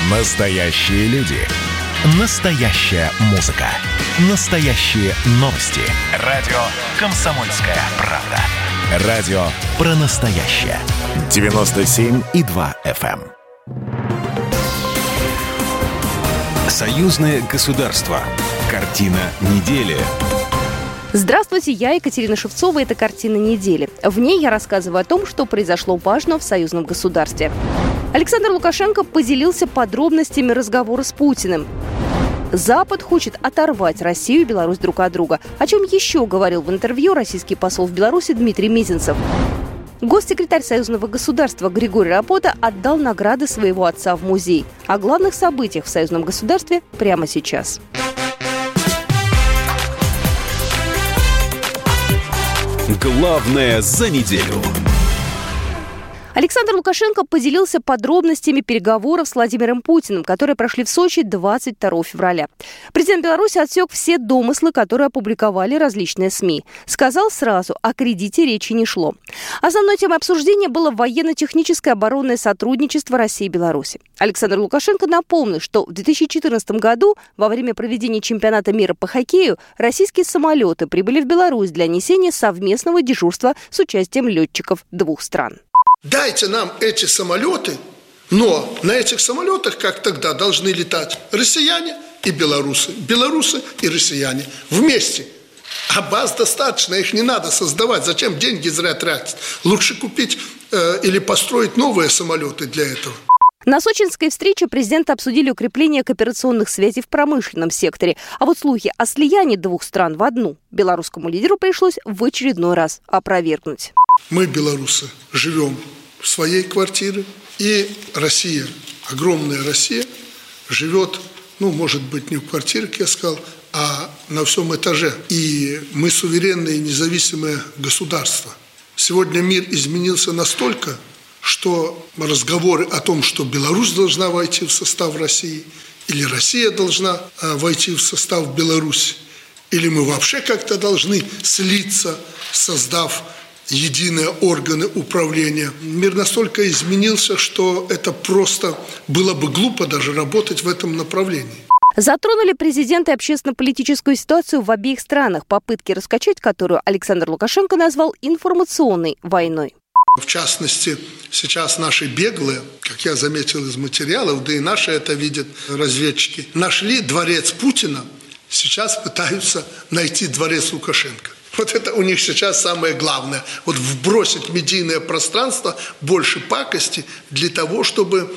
Настоящие люди. Настоящая музыка. Настоящие новости. Радио «Комсомольская правда». Радио про настоящее. 97,2 FM. Союзное государство. Картина недели. Здравствуйте, я Екатерина Шевцова, это «Картина недели». В ней я рассказываю о том, что произошло важно в союзном государстве. Александр Лукашенко поделился подробностями разговора с Путиным. Запад хочет оторвать Россию и Беларусь друг от друга. О чем еще говорил в интервью российский посол в Беларуси Дмитрий Мезенцев. Госсекретарь союзного государства Григорий Рапота отдал награды своего отца в музей. О главных событиях в союзном государстве прямо сейчас. Главное за неделю. Александр Лукашенко поделился подробностями переговоров с Владимиром Путиным, которые прошли в Сочи 22 февраля. Президент Беларуси отсек все домыслы, которые опубликовали различные СМИ. Сказал сразу, о кредите речи не шло. Основной темой обсуждения было военно-техническое оборонное сотрудничество России и Беларуси. Александр Лукашенко напомнил, что в 2014 году во время проведения чемпионата мира по хоккею российские самолеты прибыли в Беларусь для несения совместного дежурства с участием летчиков двух стран. Дайте нам эти самолеты, но на этих самолетах, как тогда, должны летать россияне и белорусы, белорусы и россияне вместе. А баз достаточно, их не надо создавать. Зачем деньги зря тратить? Лучше купить или построить новые самолеты для этого. На сочинской встрече президенты обсудили укрепление кооперационных связей в промышленном секторе. А вот слухи о слиянии двух стран в одну белорусскому лидеру пришлось в очередной раз опровергнуть. Мы, белорусы, живем в своей квартире, и Россия, огромная Россия, живет, может быть, не в квартире, как я сказал, а на всем этаже. И мы суверенное и независимое государство. Сегодня мир изменился настолько, что разговоры о том, что Беларусь должна войти в состав России, или Россия должна войти в состав Беларуси, или мы вообще как-то должны слиться, создав единые органы управления. Мир настолько изменился, что это просто было бы глупо даже работать в этом направлении. Затронули президенты общественно-политическую ситуацию в обеих странах, попытки раскачать которую Александр Лукашенко назвал информационной войной. В частности, сейчас наши беглые, как я заметил из материалов, да и наши это видят разведчики, нашли дворец Путина, сейчас пытаются найти дворец Лукашенко. Вот это у них сейчас самое главное. Вот вбросить в медийное пространство больше пакости для того, чтобы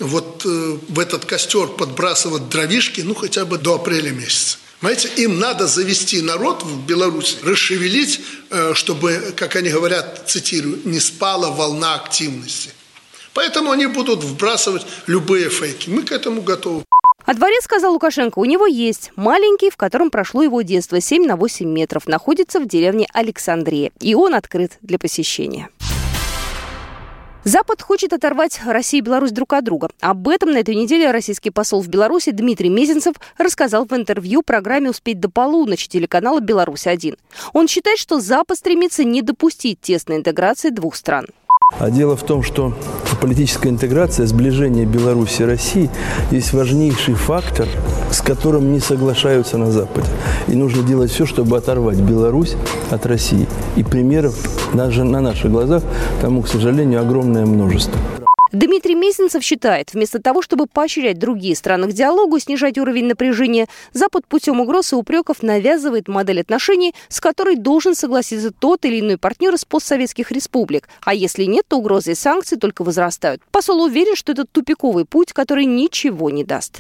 в этот костер подбрасывать дровишки, хотя бы до апреля месяца. Понимаете, им надо завести народ в Беларуси, расшевелить, чтобы, как они говорят, цитирую, не спала волна активности. Поэтому они будут вбрасывать любые фейки. Мы к этому готовы. А дворец, сказал Лукашенко, у него есть. Маленький, в котором прошло его детство, 7 на 8 метров. Находится в деревне Александрия. И он открыт для посещения. Запад хочет оторвать Россию и Беларусь друг от друга. Об этом на этой неделе российский посол в Беларуси Дмитрий Мезенцев рассказал в интервью программе «Успеть до полуночи» телеканала «Беларусь-1». Он считает, что Запад стремится не допустить тесной интеграции двух стран. А дело в том, что политическая интеграция, сближение Беларуси и России есть важнейший фактор, с которым не соглашаются на Западе. И нужно делать все, чтобы оторвать Беларусь от России. И примеров даже на наших глазах тому, к сожалению, огромное множество. Дмитрий Мезенцев считает, вместо того, чтобы поощрять другие страны к диалогу, снижать уровень напряжения, Запад путем угроз и упреков навязывает модель отношений, с которой должен согласиться тот или иной партнер из постсоветских республик. А если нет, то угрозы и санкции только возрастают. Посол уверен, что это тупиковый путь, который ничего не даст.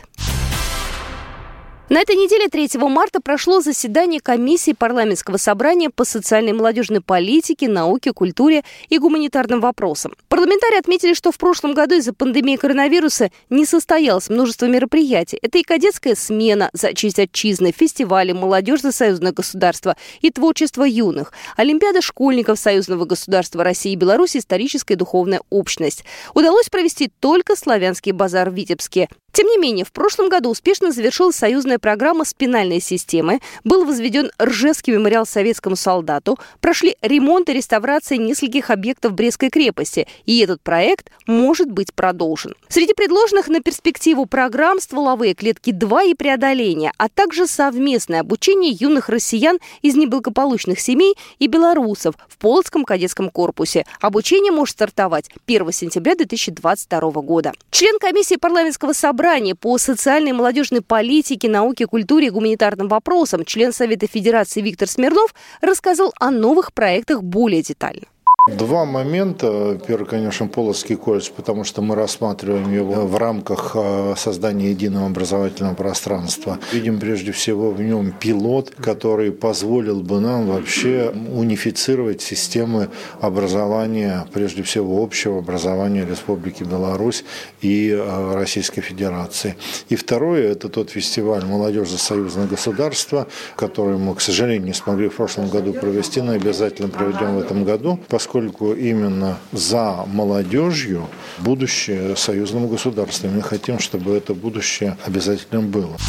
На этой неделе 3 марта прошло заседание комиссии парламентского собрания по социальной и молодежной политике, науке, культуре и гуманитарным вопросам. Парламентарии отметили, что в прошлом году из-за пандемии коронавируса не состоялось множество мероприятий. Это и кадетская смена за честь отчизны, фестивали «Молодежь за союзное государство» и творчество юных, Олимпиада школьников союзного государства России и Беларуси, историческая и духовная общность. Удалось провести только славянский базар в Витебске. Тем не менее, в прошлом году успешно завершилась союзная реставрационная программа спинальной системы, был возведен Ржевский мемориал советскому солдату, прошли ремонт и реставрация нескольких объектов Брестской крепости, и этот проект может быть продолжен. Среди предложенных на перспективу программ стволовые клетки 2 и преодоление, а также совместное обучение юных россиян из неблагополучных семей и белорусов в Полоцком кадетском корпусе. Обучение может стартовать 1 сентября 2022 года. Член комиссии парламентского собрания по социальной и молодежной политике, науке, культуре и гуманитарным вопросам, член Совета Федерации Виктор Смирнов рассказал о новых проектах более детально. Два момента. Первый, конечно, Полоцкий колледж, потому что мы рассматриваем его в рамках создания единого образовательного пространства. Видим прежде всего в нем пилот, который позволил бы нам вообще унифицировать системы образования, прежде всего общего образования Республики Беларусь и Российской Федерации. И второе, это тот фестиваль «Молодежь за союзное государство», который мы, к сожалению, не смогли в прошлом году провести, но обязательно проведем в этом году, поскольку именно за молодежью будущее союзному государству. Мы хотим, чтобы это будущее обязательно было.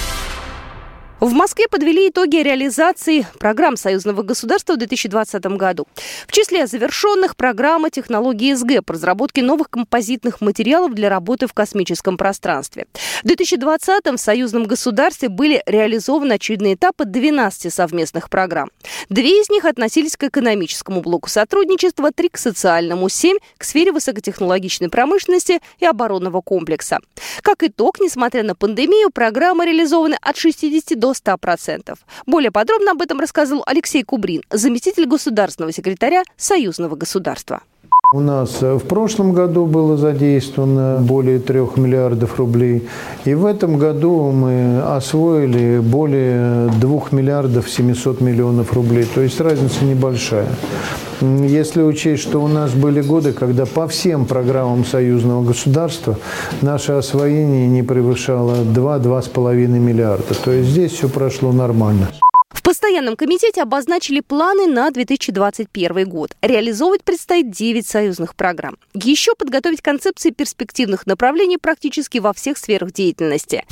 В Москве подвели итоги реализации программ союзного государства в 2020 году. В числе завершенных программа технологии СГ по разработке новых композитных материалов для работы в космическом пространстве. В 2020 в союзном государстве были реализованы очередные этапы 12 совместных программ. 2 из них относились к экономическому блоку сотрудничества, 3 к социальному, 7 к сфере высокотехнологичной промышленности и оборонного комплекса. Как итог, несмотря на пандемию, программы реализованы от 60 до 100%. Более подробно об этом рассказал Алексей Кубрин, заместитель государственного секретаря Союзного государства. У нас в прошлом году было задействовано более 3 миллиардов рублей. И в этом году мы освоили более 2 миллиардов 700 миллионов рублей. То есть разница небольшая. Если учесть, что у нас были годы, когда по всем программам союзного государства наше освоение не превышало 2-2,5 миллиарда. То есть здесь все прошло нормально. В Постоянном комитете обозначили планы на 2021 год. Реализовывать предстоит 9 союзных программ. Еще подготовить концепции перспективных направлений практически во всех сферах деятельности.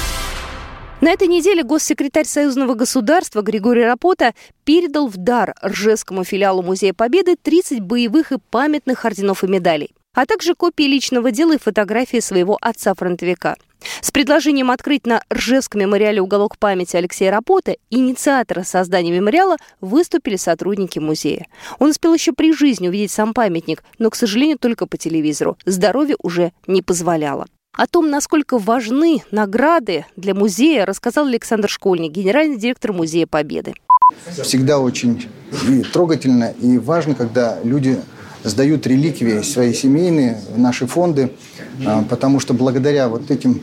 На этой неделе госсекретарь Союзного государства Григорий Рапота передал в дар Ржевскому филиалу Музея Победы 30 боевых и памятных орденов и медалей, а также копии личного дела и фотографии своего отца-фронтовика. С предложением открыть на Ржевском мемориале уголок памяти Алексея Рапоты, инициатора создания мемориала, выступили сотрудники музея. Он успел еще при жизни увидеть сам памятник, но, к сожалению, только по телевизору. Здоровье уже не позволяло. О том, насколько важны награды для музея, рассказал Александр Школьник, генеральный директор Музея Победы. Всегда очень трогательно и важно, когда люди сдают реликвии свои семейные в наши фонды, потому что благодаря вот этим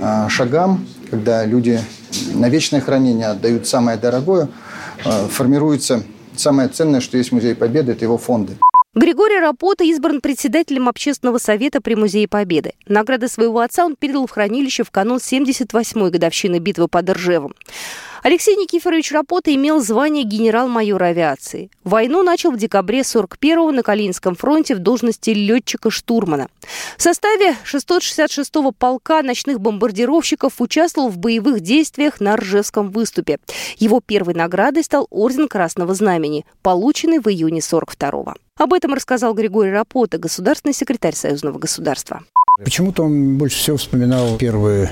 шагам, когда люди на вечное хранение отдают самое дорогое, формируется самое ценное, что есть в Музее Победы, это его фонды. Григорий Рапота избран председателем Общественного совета при Музее Победы. Награды своего отца он передал в хранилище в канун 78-й годовщины битвы под Ржевом. Алексей Никифорович Рапота имел звание генерал-майора авиации. Войну начал в декабре 41-го на Калининском фронте в должности летчика-штурмана. В составе 666-го полка ночных бомбардировщиков участвовал в боевых действиях на Ржевском выступе. Его первой наградой стал орден Красного Знамени, полученный в июне 42-го. Об этом рассказал Григорий Рапота, государственный секретарь Союзного государства. Почему-то он больше всего вспоминал первый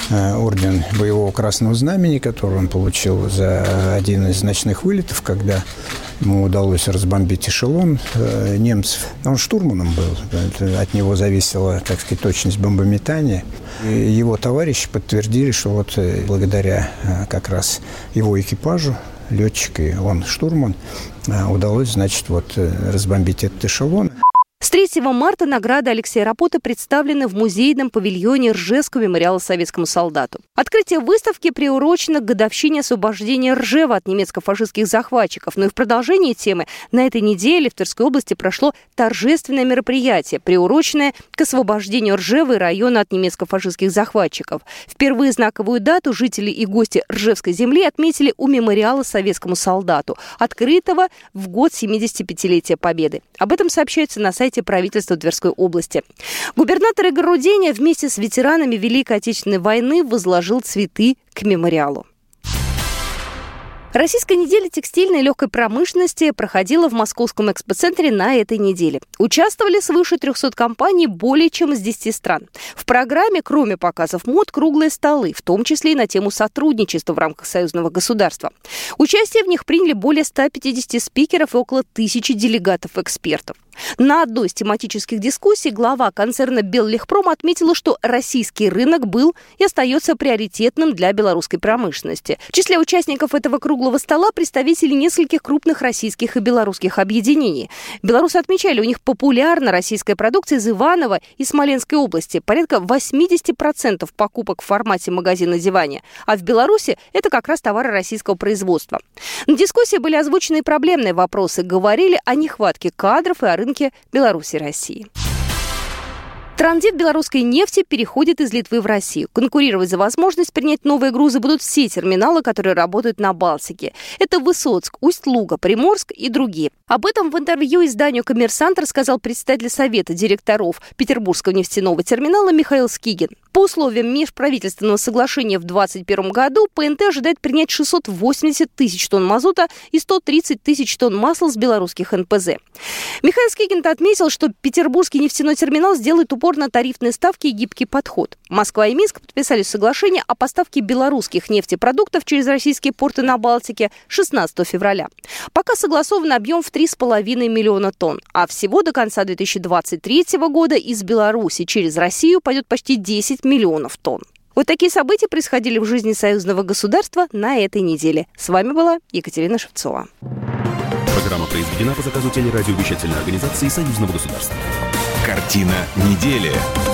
орден боевого Красного Знамени, который он получил за один из ночных вылетов, когда ему удалось разбомбить эшелон немцев. Он штурманом был, от него зависела, так сказать, точность бомбометания. И его товарищи подтвердили, что вот благодаря как раз его экипажу, летчик и он штурман, удалось, значит, вот разбомбить этот эшелон. С 3 марта награды Алексея Рапоты представлены в музейном павильоне Ржевского мемориала советскому солдату. Открытие выставки приурочено к годовщине освобождения Ржева от немецко-фашистских захватчиков. Но и в продолжении темы на этой неделе в Тверской области прошло торжественное мероприятие, приуроченное к освобождению Ржева и района от немецко-фашистских захватчиков. Впервые знаковую дату жители и гости Ржевской земли отметили у мемориала советскому солдату, открытого в год 75-летия Победы. Об этом сообщается на сайте сайте правительства Тверской области. Губернатор Игорь Руденя вместе с ветеранами Великой Отечественной войны возложил цветы к мемориалу. Российская неделя текстильной и легкой промышленности проходила в Московском экспоцентре на этой неделе. Участвовали свыше 300 компаний более чем из 10 стран. В программе, кроме показов мод, круглые столы, в том числе и на тему сотрудничества в рамках союзного государства. Участие в них приняли более 150 спикеров и около 1000 делегатов-экспертов. На одной из тематических дискуссий глава концерна «Беллегпром» отметила, что российский рынок был и остается приоритетным для белорусской промышленности. В числе участников этого круглого стола представители нескольких крупных российских и белорусских объединений. Белорусы отмечали, у них популярна российская продукция из Иваново и Смоленской области. Порядка 80% покупок в формате магазина «Диване». А в Беларуси это как раз товары российского производства. На дискуссии были озвучены и проблемные вопросы. Говорили о нехватке кадров и о рынке Беларуси и России. Транзит белорусской нефти переходит из Литвы в Россию. Конкурировать за возможность принять новые грузы будут все терминалы, которые работают на Балтике. Это Высоцк, Усть-Луга, Приморск и другие. Об этом в интервью изданию «Коммерсант» рассказал председатель Совета директоров Петербургского нефтяного терминала Михаил Скигин. По условиям межправительственного соглашения в 2021 году ПНТ ожидает принять 680 тысяч тонн мазута и 130 тысяч тонн масла с белорусских НПЗ. Михаил Скигин отметил, что Петербургский нефтяной терминал сделает упор на тарифные ставки и гибкий подход. Москва и Минск подписали соглашение о поставке белорусских нефтепродуктов через российские порты на Балтике 16 февраля. Пока согласован объем в 3,5 миллиона тонн, а всего до конца 2023 года из Беларуси через Россию пойдет почти 10 миллионов тонн. Вот такие события происходили в жизни союзного государства на этой неделе. С вами была Екатерина Шевцова. Программа произведена по заказу телерадиовещательной организации Союзного государства. Картина недели.